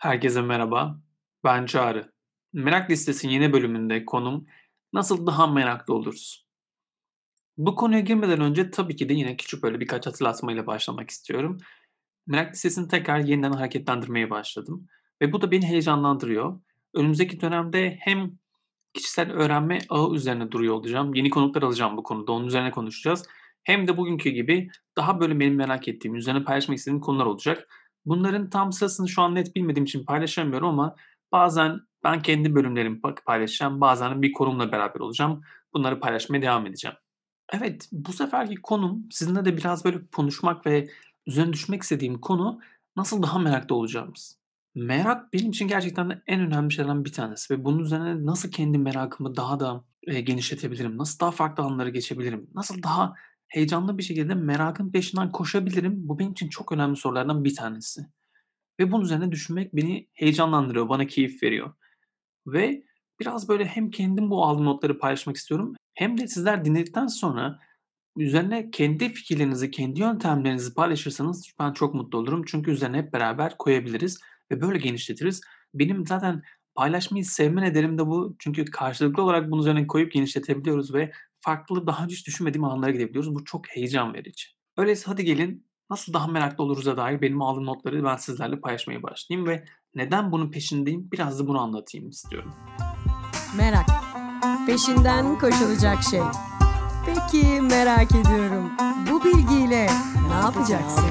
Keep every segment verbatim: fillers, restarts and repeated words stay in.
Herkese merhaba. Ben Çağrı. Merak Listesi'nin yeni bölümünde konum nasıl daha meraklı oluruz? Bu konuya girmeden önce tabii ki de yine küçük böyle birkaç hatırlatmayla başlamak istiyorum. Merak Listesi'ni tekrar yeniden hareketlendirmeye başladım ve bu da beni heyecanlandırıyor. Önümüzdeki dönemde hem kişisel öğrenme ağı üzerine duruyor olacağım. Yeni konuklar alacağım bu konuda. Onun üzerine konuşacağız. Hem de bugünkü gibi daha böyle benim merak ettiğim, üzerine paylaşmak istediğim konular olacak. Bunların tam sırasını şu an net bilmediğim için paylaşamıyorum ama bazen ben kendi bölümlerimi bak paylaşacağım. Bazen bir konumla beraber olacağım. Bunları paylaşmaya devam edeceğim. Evet, bu seferki konum sizinle de biraz böyle konuşmak ve üzerine düşmek istediğim konu nasıl daha meraklı olacağımız. Merak benim için gerçekten de en önemli şeylerden bir tanesi ve bunun üzerine nasıl kendi merakımı daha da, eee, genişletebilirim, nasıl daha farklı alanlara geçebilirim, nasıl daha heyecanlı bir şekilde merakın peşinden koşabilirim? Bu benim için çok önemli sorulardan bir tanesi ve bunun üzerine düşünmek beni heyecanlandırıyor, bana keyif veriyor. Ve biraz böyle hem kendim bu aldığım notları paylaşmak istiyorum hem de sizler dinledikten sonra üzerine kendi fikirlerinizi, kendi yöntemlerinizi paylaşırsanız ben çok mutlu olurum. Çünkü üzerine hep beraber koyabiliriz ve böyle genişletiriz. Benim zaten paylaşmayı sevme nedenim de bu. Çünkü karşılıklı olarak bunun üzerine koyup genişletebiliyoruz ve farklı, daha önce hiç düşünmediğim alanlara gidebiliyoruz. Bu çok heyecan verici. Öyleyse hadi gelin nasıl daha meraklı oluruz'a dair benim aldığım notları ben sizlerle paylaşmaya başlayayım ve neden bunun peşindeyim biraz da bunu anlatayım istiyorum. Merak. Peşinden koşulacak şey. Peki merak ediyorum. Bu bilgiyle ne yapacaksın?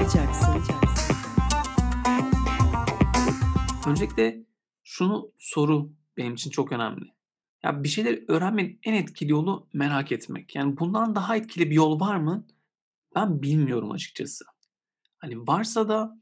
Öncelikle şunu soru benim için çok önemli. Ya, bir şeyleri öğrenmenin en etkili yolu merak etmek. Yani, bundan daha etkili bir yol var mı? Ben bilmiyorum açıkçası. Hani, varsa da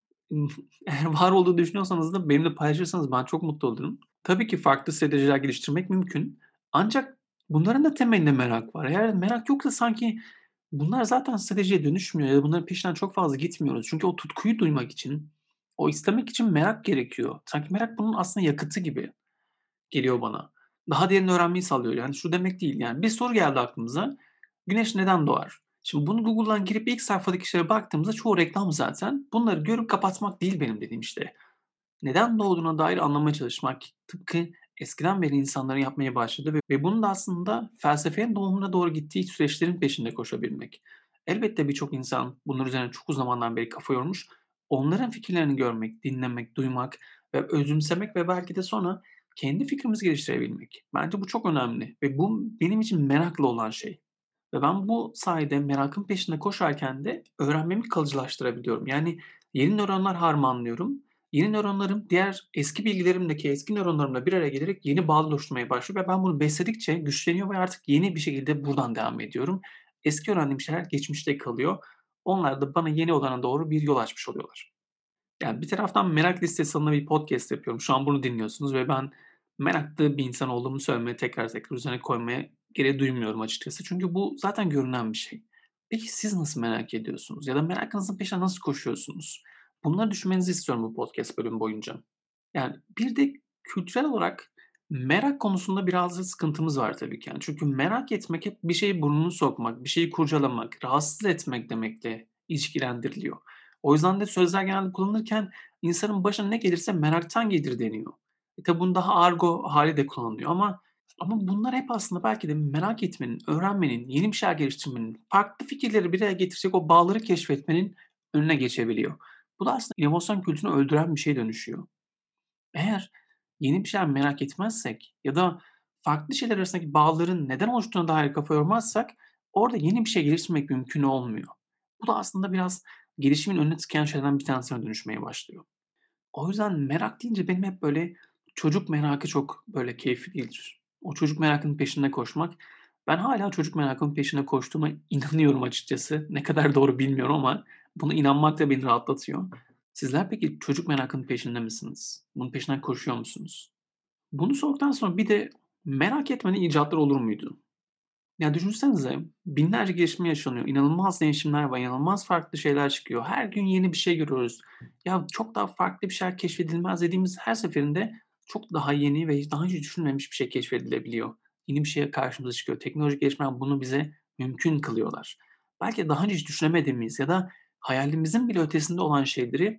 eğer var olduğunu düşünüyorsanız da benimle paylaşırsanız ben çok mutlu olurum. Tabii ki farklı stratejiler geliştirmek mümkün ancak bunların da temelinde merak var. Eğer merak yoksa sanki bunlar zaten stratejiye dönüşmüyor ya da bunların peşinden çok fazla gitmiyoruz. Çünkü o tutkuyu duymak için, o istemek için merak gerekiyor. Sanki merak bunun aslında yakıtı gibi geliyor bana. Daha derin öğrenmeyi sağlıyor. Yani şu demek değil, yani bir soru geldi aklımıza, güneş neden doğar? Şimdi bunu Google'dan girip ilk sayfadaki şeye baktığımızda çoğu reklam zaten. Bunları görüp kapatmak değil benim dediğim işte. Neden doğduğuna dair anlamaya çalışmak. Tıpkı eskiden beri insanların yapmaya başladığı ve ve bunun da aslında felsefenin doğumuna doğru gittiği süreçlerin peşinde koşabilmek. Elbette birçok insan bunlar üzerine çok uzun zamandan beri kafa yormuş. Onların fikirlerini görmek, dinlemek, duymak ve özümsemek ve belki de sonra kendi fikrimizi geliştirebilmek. Bence bu çok önemli ve bu benim için merakla olan şey. Ve ben bu sayede merakın peşinde koşarken de öğrenmemi kalıcılaştırabiliyorum. Yani yeni nöronlar harmanlıyorum. Yeni nöronlarım diğer eski bilgilerimdeki eski nöronlarımla bir araya gelerek yeni bağlar oluşturmaya başlıyor ve ben bunu besledikçe güçleniyor ve artık yeni bir şekilde buradan devam ediyorum. Eski öğrendiğim şeyler geçmişte kalıyor. Onlar da bana yeni olana doğru bir yol açmış oluyorlar. Yani bir taraftan Merak Listesi adında bir podcast yapıyorum. Şu an bunu dinliyorsunuz ve ben meraklı bir insan olduğumu söylemeye tekrar tekrar üzerine koymaya gereği duymuyorum açıkçası. Çünkü bu zaten görünen bir şey. Peki siz nasıl merak ediyorsunuz ya da merakınızın peşine nasıl koşuyorsunuz? Bunları düşünmenizi istiyorum bu podcast bölümü boyunca. Yani bir de kültürel olarak merak konusunda biraz da sıkıntımız var tabii ki. Yani çünkü merak etmek hep bir şeyi burnunu sokmak, bir şeyi kurcalamak, rahatsız etmek demekle ilişkilendiriliyor. O yüzden de sözler genelde kullanılırken insanın başına ne gelirse meraktan gelir deniyor. E, tabii bunun daha argo hâli de kullanılıyor ama ama bunlar hep aslında belki de merak etmenin, öğrenmenin, yeni bir şeyler geliştirmenin, farklı fikirleri bir araya getirecek o bağları keşfetmenin önüne geçebiliyor. Bu da aslında inovasyon kültürünü öldüren bir şeye dönüşüyor. Eğer yeni bir şeyler merak etmezsek ya da farklı şeyler arasındaki bağların neden oluştuğuna dair kafa yormazsak orada yeni bir şey geliştirmek mümkün olmuyor. Bu da aslında biraz gelişimin önüne tıkayan şeylerden bir tanesine dönüşmeye başlıyor. O yüzden merak deyince benim hep böyle çocuk merakı çok böyle keyifli gelir. O çocuk merakının peşinde koşmak. Ben hâlâ çocuk merakının peşinde koştuğuma inanıyorum açıkçası. Ne kadar doğru bilmiyorum ama buna inanmak da beni rahatlatıyor. Sizler peki çocuk merakının peşinde misiniz? Bunun peşinden koşuyor musunuz? Bunu sorduktan sonra bir de merak etmenin icatları olur muydu? Ya, düşünsenize, binlerce gelişme yaşanıyor. İnanılmaz değişimler var, inanılmaz farklı şeyler çıkıyor. Her gün yeni bir şey görüyoruz. Ya, çok daha farklı bir şeyler keşfedilmez dediğimiz her seferinde çok daha yeni ve hiç daha önce düşünmemiş bir şey keşfedilebiliyor. Yeni bir şey karşımıza çıkıyor. Teknolojik gelişmeler bunu bize mümkün kılıyorlar. Belki daha önce hiç düşünemediğimiz ya da hayalimizin bile ötesinde olan şeyleri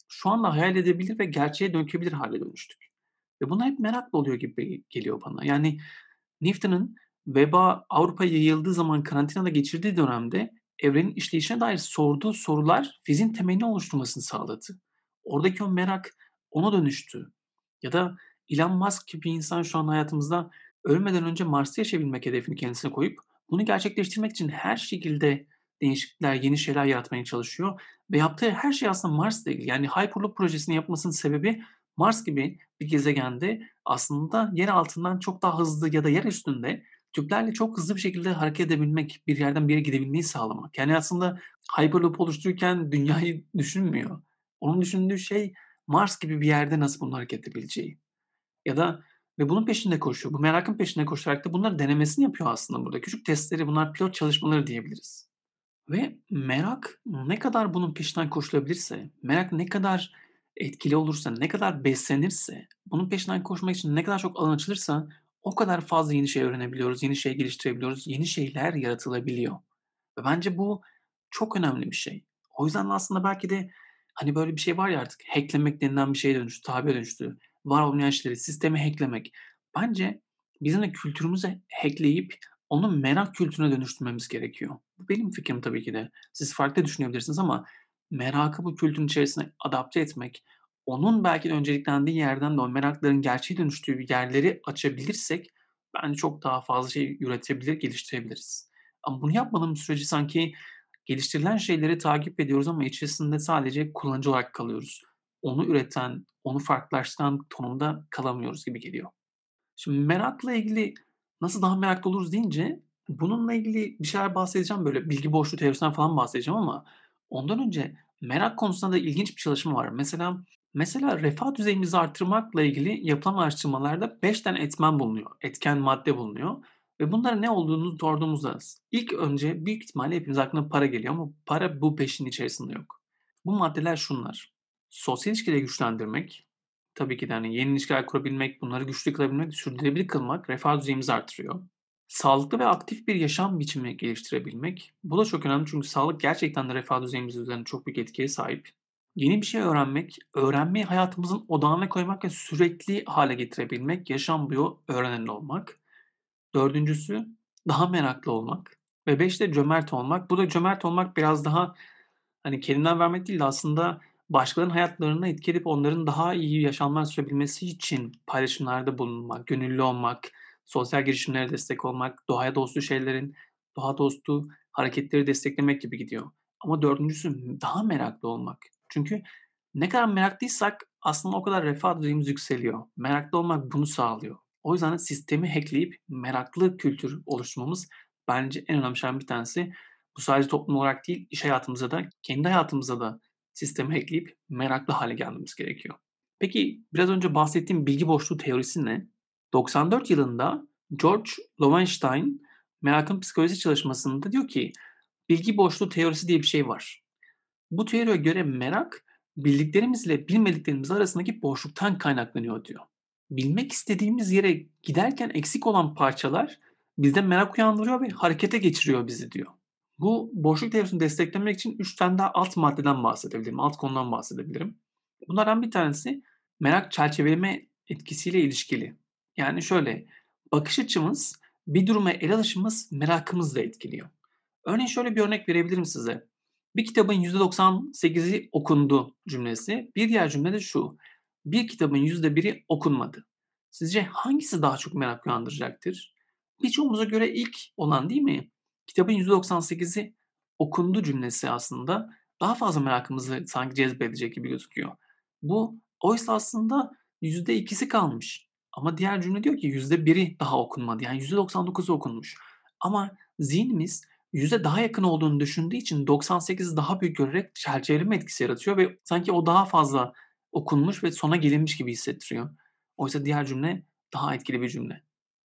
şu anda hayal edebilir ve gerçeğe dökebilir hale dönüştük. Ve bunlar hep merakla oluyor gibi geliyor bana. Yani Newton'un veba Avrupa'ya yayıldığı zaman karantinada geçirdiği dönemde evrenin işleyişine dair sorduğu sorular fiziğin temelini oluşturmasını sağladı. Oradaki o merak ona dönüştü. Ya da Elon Musk gibi bir insan şu an hayatımızda ölmeden önce Mars'ta yaşayabilmek hedefini kendisine koyup bunu gerçekleştirmek için her şekilde değişiklikler, yeni şeyler yaratmaya çalışıyor ve yaptığı her şey aslında Mars'la ilgili. Yani Hyperloop projesini yapmasının sebebi Mars gibi bir gezegende aslında yer altından çok daha hızlı ya da yer üstünde tüplerle çok hızlı bir şekilde hareket edebilmek, bir yerden bir yere gidebilmeyi sağlamak. Yani aslında Hyperloop oluştururken dünyayı düşünmüyor. Onun düşündüğü şey Mars gibi bir yerde nasıl bunun hareket edebileceği. Ya da ve bunun peşinde koşuyor. Bu merakın peşinde koşarak da bunların denemesini yapıyor aslında burada. Küçük testleri, bunlar pilot çalışmaları diyebiliriz. Ve merak ne kadar bunun peşinden koşulabilirse, merak ne kadar etkili olursa, ne kadar beslenirse, bunun peşinden koşmak için ne kadar çok alan açılırsa o kadar fazla yeni şey öğrenebiliyoruz, yeni şey geliştirebiliyoruz, yeni şeyler yaratılabiliyor. Ve bence bu çok önemli bir şey. O yüzden de aslında belki de, hani, böyle bir şey var ya artık hacklemek denilen bir şeye dönüştü, tabire dönüştü. Var olmayan şeyleri, sistemi hacklemek. Bence bizim de kültürümüzü hackleyip onu merak kültürüne dönüştürmemiz gerekiyor. Bu benim fikrim tabii ki de. Siz farklı düşünebilirsiniz ama merakı bu kültürün içerisine adapte etmek, onun belki de önceliklendiği yerden de o merakların gerçeğe dönüştüğü yerleri açabilirsek bence çok daha fazla şey üretebilir, geliştirebiliriz. Ama bunu yapmadığımız sürece sanki geliştirilen şeyleri takip ediyoruz ama içerisinde sadece kullanıcı olarak kalıyoruz. Onu üreten, onu farklılaştıran tonunda kalamıyoruz gibi geliyor. Şimdi merakla ilgili nasıl daha meraklı oluruz deyince bununla ilgili bir şeyler bahsedeceğim, böyle bilgi boşluğu teorisinden falan bahsedeceğim ama ondan önce merak konusunda da ilginç bir çalışma var. Mesela mesela refah düzeyimizi artırmakla ilgili yapılan araştırmalarda beş tane etmen bulunuyor, etken madde bulunuyor ve bunların ne olduğunu sorduğumuzda ilk önce büyük ihtimalle hepimiz aklına para geliyor ama para bu beşin içerisinde yok. Bu maddeler şunlar: sosyal ilişkileri güçlendirmek, tabii ki de, hani, yeni ilişkiler kurabilmek, bunları güçlü kılabilmek, sürdürülebilir kılmak refah düzeyimizi artırıyor. Sağlıklı ve aktif bir yaşam biçimi geliştirebilmek. Bu da çok önemli çünkü sağlık gerçekten de refah düzeyimiz üzerinde çok büyük etkiye sahip. Yeni bir şey öğrenmek, öğrenmeyi hayatımızın odağına koymak ve sürekli hale getirebilmek, yaşam boyu öğrenen olmak. Dördüncüsü daha meraklı olmak ve beş de cömert olmak. Burada cömert olmak biraz daha, hani, kendinden vermek değil de aslında başkalarının hayatlarına etki edip onların daha iyi yaşamlar sürebilmesi için paylaşımlarda bulunmak, gönüllü olmak, sosyal girişimlere destek olmak, doğaya dostu şeylerin, doğa dostu hareketleri desteklemek gibi gidiyor. Ama dördüncüsü daha meraklı olmak. Çünkü ne kadar meraklıysak aslında o kadar refah düzeyimiz yükseliyor. Meraklı olmak bunu sağlıyor. O yüzden de sistemi hackleyip meraklı kültür oluşturmamız bence en önemli şeylerden bir tanesi. Bu sadece toplum olarak değil, iş hayatımıza da, kendi hayatımıza da sistemi hackleyip meraklı hâle gelmemiz gerekiyor. Peki, biraz önce bahsettiğim bilgi boşluğu teorisi ne? doksan dört yılında George Loewenstein merakın psikolojisi çalışmasında diyor ki, bilgi boşluğu teorisi diye bir şey var. Bu teoriye göre merak, bildiklerimizle bilmediklerimiz arasındaki boşluktan kaynaklanıyor diyor. Bilmek istediğimiz yere giderken eksik olan parçalar bizde merak uyandırıyor ve harekete geçiriyor bizi diyor. Bu boşluk teorisini desteklemek için üç tane daha alt maddeden bahsedebilirim, alt konudan bahsedebilirim. Bunlardan bir tanesi merak çerçeveleme etkisiyle ilişkili. Yani şöyle, bakış açımız, bir duruma el alışımız merakımızla etkiliyor. Örneğin şöyle bir örnek verebilirim size. Bir kitabın yüzde doksan sekizi okundu cümlesi. Bir diğer cümle de şu: bir kitabın yüzde biri okunmadı. Sizce hangisi daha çok merak uyandıracaktır? Birçoğumuza göre ilk olan değil mi? Kitabın yüzde doksan sekizi okundu cümlesi aslında daha fazla merakımızı sanki cezbedecek gibi gözüküyor. Bu oysa aslında yüzde ikisi kalmış. Ama diğer cümle diyor ki yüzde biri daha okunmadı. Yani yüzde doksan dokuzu okunmuş. Ama zihnimiz yüze daha yakın olduğunu düşündüğü için doksan sekizi daha büyük görerek çerçeveleme etkisi yaratıyor ve sanki o daha fazla okunmuş ve sona gelinmiş gibi hissettiriyor. Oysa diğer cümle daha etkili bir cümle.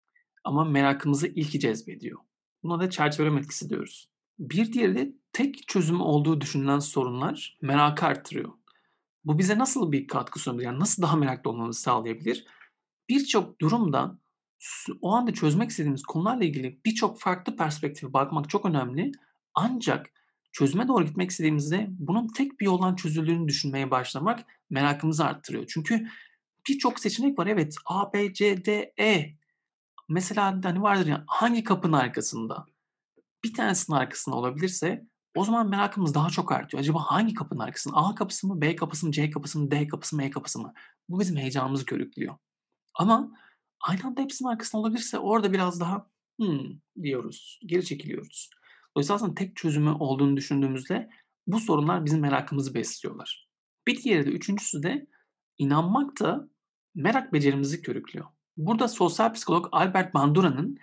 Ama merakımızı ilki cezbediyor. Buna da çerçeveleme etkisi diyoruz. Bir diğeri de tek çözümü olduğu düşünülen sorunlar merakı arttırıyor. Bu bize nasıl bir katkı sunabilir? Yani nasıl daha meraklı olmamızı sağlayabilir? Birçok durumda s o anda çözmek istediğimiz konularla ilgili birçok farklı perspektife bakmak çok önemli. Ancak Çözüme doğru gitmek istediğimizde bunun tek bir yoldan çözüldüğünü düşünmeye başlamak merakımızı arttırıyor. Çünkü birçok seçenek var. Evet, A, B, C, D, E. Mesela hani vardır ya, hangi kapının arkasında? Bir tanesinin arkasında olabilirse o zaman merakımız daha çok artıyor. Acaba hangi kapının arkasında? A kapısı mı, B kapısı mı, C kapısı mı, D kapısı mı, E kapısı mı? Bu bizim heyecanımızı körüklüyor. Ama aynı anda hepsinin arkasında olabilirse orada biraz daha, "Hımm." diyoruz, geri çekiliyoruz. Dolayısıyla aslında tek çözümü olduğunu düşündüğümüzde bu sorunlar bizim merakımızı besliyorlar. Bir diğeri de, üçüncüsü de inanmak da merak becerimizi körüklüyor. Burada sosyal psikolog Albert Bandura'nın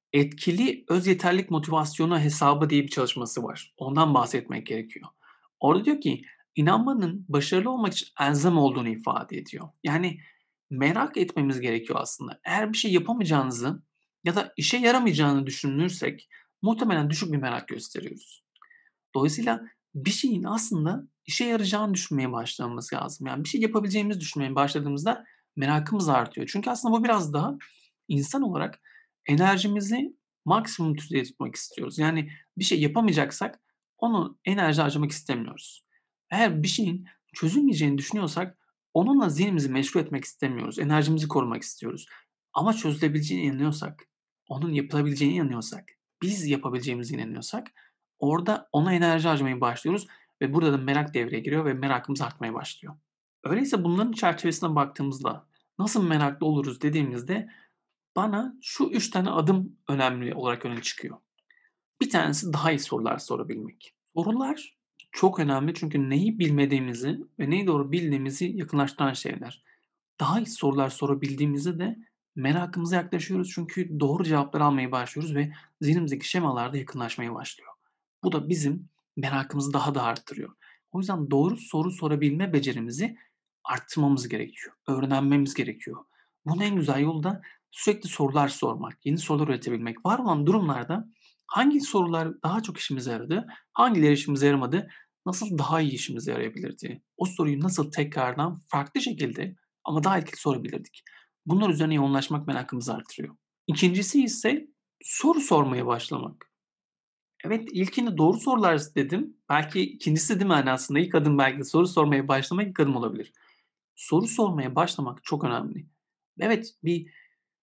Etkili Öz Yeterlilik Motivasyonu Hesabı diye bir çalışması var. Ondan bahsetmek gerekiyor. Orada diyor ki, inanmanın başarılı olmak için elzem olduğunu ifade ediyor. Yani merak etmemiz gerekiyor aslında. Eğer bir şey yapamayacağınızı ya da işe yaramayacağını düşünürsek muhtemelen düşük bir merak gösteriyoruz. Dolayısıyla bir şeyin aslında işe yarayacağını düşünmeye başlamamız lazım. Yani bir şey yapabileceğimizi düşünmeye başladığımızda merakımız artıyor. Çünkü aslında bu biraz daha insan olarak enerjimizi maksimum düzeyde tutmak istiyoruz. Yani bir şey yapamayacaksak onu enerji harcamak istemiyoruz. Eğer bir şeyin çözülmeyeceğini düşünüyorsak onunla zihnimizi meşgul etmek istemiyoruz. Enerjimizi korumak istiyoruz. Ama çözülebileceğine inanıyorsak, onun yapılabileceğine inanıyorsak, biz yapabileceğimize inanıyorsak orada ona enerji harcamaya başlıyoruz ve burada da merak devreye giriyor ve merakımız artmaya başlıyor. Öyleyse bunların çerçevesine baktığımızda nasıl meraklı oluruz dediğimizde bana şu üç tane adım önemli olarak öne çıkıyor. Bir tanesi daha iyi sorular sorabilmek. Sorular çok önemli çünkü neyi bilmediğimizi ve neyi doğru bildiğimizi yakınlaştıran şeyler. Daha iyi sorular sorabildiğimizde de merakımıza yaklaşıyoruz çünkü doğru cevaplar almaya başlıyoruz ve zihnimizdeki şemalar da yakınlaşmaya başlıyor. Bu da bizim merakımızı daha da arttırıyor. O yüzden doğru soru sorabilme becerimizi arttırmamız gerekiyor. Öğrenmemiz gerekiyor. Bunun en güzel yolu da sürekli sorular sormak, yeni sorular üretebilmek. Var olan durumlarda hangi sorular daha çok işimize yaradı, hangileri işimize yaramadı, nasıl daha iyi işimize yarayabilirdi? O soruyu nasıl tekrardan farklı şekilde ama daha etkili sorabilirdik. Bunlar üzerine yoğunlaşmak merakımızı artırıyor. İkincisi ise soru sormaya başlamak. Evet, ilkini doğru sorular dedim. Belki ikincisi değil mi hani aslında? İlk adım belki de soru sormaya başlamak ilk adım olabilir. Soru sormaya başlamak çok önemli. Evet, bir,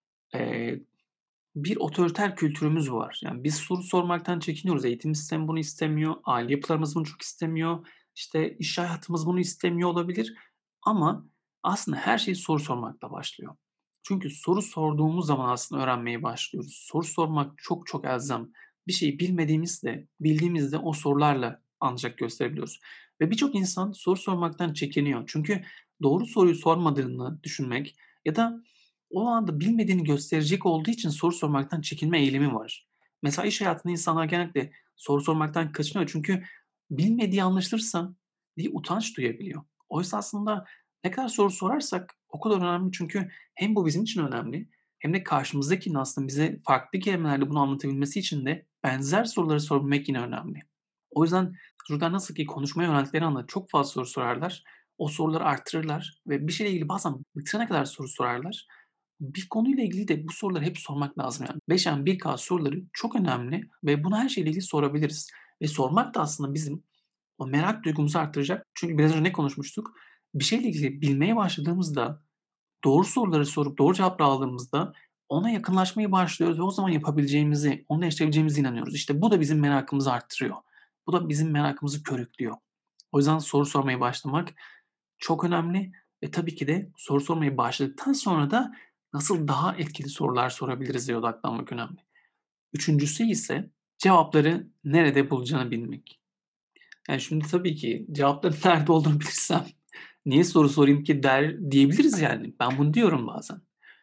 eee, bir otoriter kültürümüz var. Yani biz soru sormaktan çekiniyoruz. Eğitim sistemi bunu istemiyor, aile yapılarımız bunu çok istemiyor, işte iş hayatımız bunu istemiyor olabilir ama aslında her şey soru sormakla başlıyor. Çünkü soru sorduğumuz zaman aslında öğrenmeye başlıyoruz. Soru sormak çok çok elzem. Bir şeyi bilmediğimizde, bildiğimizde o sorularla ancak gösterebiliyoruz. Ve birçok insan soru sormaktan çekiniyor. Çünkü doğru soruyu sormadığını düşünmek ya da o anda bilmediğini gösterecek olduğu için soru sormaktan çekinme eğilimi var. Mesela iş hayatında insanlar genellikle soru sormaktan kaçınıyor çünkü bilmediği anlaşılırsa diye utanç duyabiliyor. Oysa aslında ne kadar soru sorarsak o kadar önemli çünkü hem bu bizim için önemli hem de karşımızdakinin aslında bize farklı kelimelerle bunu anlatabilmesi için de benzer soruları sorabilmek yine önemli. O yüzden çocuklar nasıl ki konuşmayı öğrendikleri anda çok fazla soru sorarlar. O soruları arttırırlar ve bir şeyle ilgili bazen bıktırana kadar soru sorarlar. Bir konuyla ilgili de bu soruları hep sormak lazım yani. beş en bir ka soruları çok önemli ve bunu her şeyle ilgili sorabiliriz ve sormak da aslında bizim o merak duygumuzu arttıracak. Çünkü biraz önce ne konuşmuştuk? Bir şeyle ilgili bilmeye başladığımızda, doğru soruları sorup doğru cevapları aldığımızda ona yakınlaşmaya başlıyoruz ve o zaman yapabileceğimizi, onunla yaşayabileceğimize inanıyoruz. İşte bu da bizim merakımızı arttırıyor. Bu da bizim merakımızı körüklüyor. O yüzden soru sormaya başlamak çok önemli ve tabii ki de soru sormaya başladıktan sonra da nasıl daha etkili sorular sorabiliriz diye odaklanmak önemli. Üçüncüsü ise cevapları nerede bulacağını bilmek. Yani şimdi tabii ki cevapların nerede olduğunu bilirsem niye soru sorayım ki der diyebiliriz yani. Ben bunu diyorum bazen.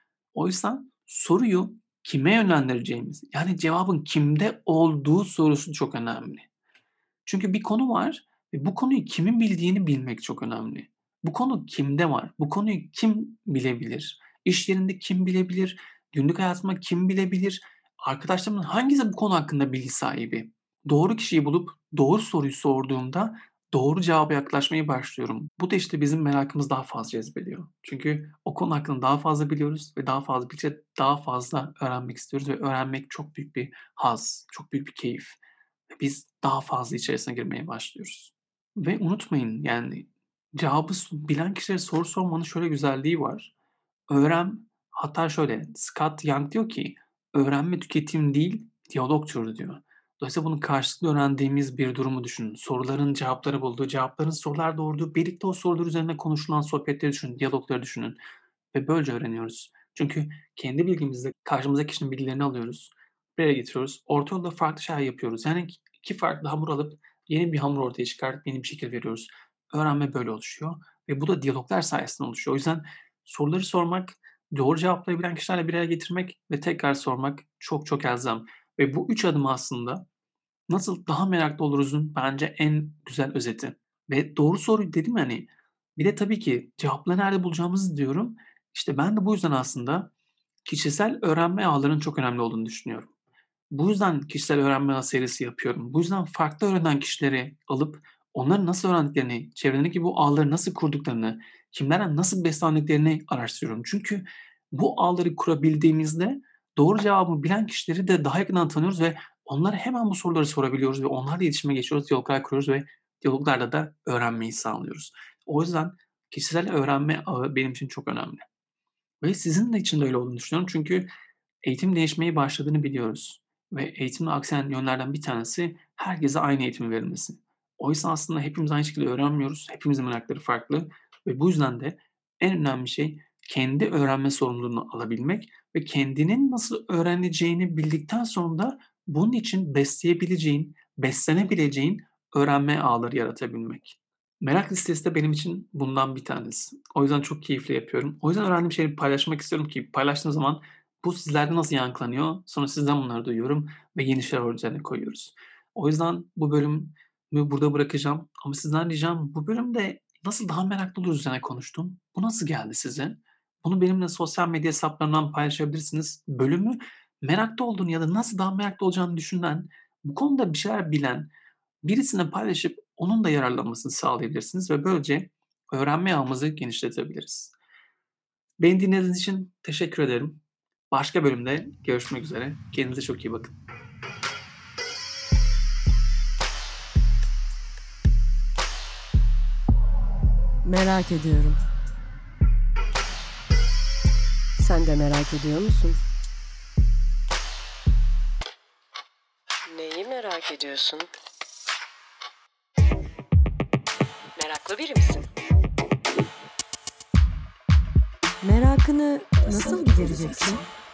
O yüzden soruyu kime yönlendireceğimiz, yani cevabın kimde olduğu sorusu çok önemli. Çünkü bir konu var ve bu konuyu kimin bildiğini bilmek çok önemli. Bu konu kimde var? Bu konuyu kim bilebilir? İş yerinde kim bilebilir? Günlük hayatımda kim bilebilir? Arkadaşlarımın hangisi bu konu hakkında bilgi sahibi? Doğru kişiyi bulup doğru soruyu sorduğumda doğru cevaba yaklaşmaya başlıyorum. Bu da işte bizim merakımızı daha fazla cezbediyor. Çünkü o konu hakkında daha fazla biliyoruz ve daha fazla bildikçe daha fazla öğrenmek istiyoruz ve öğrenmek çok büyük bir haz, çok büyük bir keyif. Biz daha fazla içerisine girmeye başlıyoruz. Ve unutmayın, yani, cevabı s bilen kişilere soru sormanın şöyle güzelliği var. Öğren hatta şöyle, Scott Young diyor ki, "Öğrenme tüketim değil, diyalogtur." diyor. Dolayısıyla bunu karşılıklı öğrendiğimiz bir durumu düşünün. Soruların cevapları bulduğu, cevapların sorular doğurduğu, birlikte o sorular üzerine konuşulan sohbetleri düşünün, diyalogları düşünün ve böylece öğreniyoruz. Çünkü kendi bilgimizle karşımızdaki kişinin bilgilerini alıyoruz, bir araya getiriyoruz, orta yolda farklı şeyler yapıyoruz. Yani ik iki farklı hamur alıp yeni bir hamur ortaya çıkartıp yeni bir şekil veriyoruz. Öğrenme böyle oluşuyor ve bu da diyaloglar sayesinde oluşuyor. O yüzden soruları sormak, doğru cevapları bilen kişilerle bir araya getirmek ve tekrar sormak çok çok elzem ve bu üç adım aslında nasıl daha meraklı oluruzun bence en güzel özeti ve doğru soruyu dedim ya, hani, bir de tabii ki cevapları nerede bulacağımızı diyorum. İşte ben de bu yüzden aslında kişisel öğrenme ağlarının çok önemli olduğunu düşünüyorum. Bu yüzden kişisel öğrenme ağı serisi yapıyorum. Bu yüzden farklı öğrenen kişileri alıp onların nasıl öğrendiklerini, çevredeki bu ağları nasıl kurduklarını, kimlerden nasıl beslendiklerini araştırıyorum. Çünkü bu ağları kurabildiğimizde doğru cevabı bilen kişileri de daha yakından tanıyoruz ve onlara hemen bu soruları sorabiliyoruz ve onlarla iletişime geçiyoruz, diyaloglar kuruyoruz ve diyaloglarla da öğrenmeyi sağlıyoruz. O yüzden kişisel öğrenme ağı benim için çok önemli ve sizin de için de öyle olduğunu düşünüyorum. Çünkü eğitim değişmeye başladığını biliyoruz ve eğitimde aksayan yönlerden bir tanesi herkese aynı eğitimin verilmesi. Oysa aslında hepimiz aynı şekilde öğrenmiyoruz. Hepimizin merakları farklı ve bu yüzden de en önemli şey kendi öğrenme sorumluluğunu alabilmek ve kendinin nasıl öğreneceğini bildikten sonra da bunun için besleyebileceğin, beslenebileceğin öğrenme ağları yaratabilmek. Merak listesi de benim için bundan bir tanesi. O yüzden çok keyifle yapıyorum. O yüzden öğrendiğim şeyleri paylaşmak istiyorum ki paylaştığım zaman bu sizlerde nasıl yankılanıyor? Sonra sizden bunları duyuyorum ve yeni şeyler üzerine koyuyoruz. O yüzden bu bölümü burada bırakacağım ama sizden ricam bu bölümde nasıl daha meraklı oluruz üzerine konuştum. Bu nasıl geldi size? Bunu benimle sosyal medya hesaplarından paylaşabilirsiniz. Bölümü meraklı olduğunu ya da nasıl daha meraklı olacağını düşünen, bu konuda bir şeyler bilen birisine paylaşıp onun da yararlanmasını sağlayabilirsiniz ve böylece öğrenme ağımızı genişletebiliriz. Beni dinlediğiniz için teşekkür ederim. Başka bölümde görüşmek üzere. Kendinize çok iyi bakın. Merak ediyorum. Sen de merak ediyor musun? Neyi merak ediyorsun? Meraklı biri misin? Merakını nasıl gidereceksin?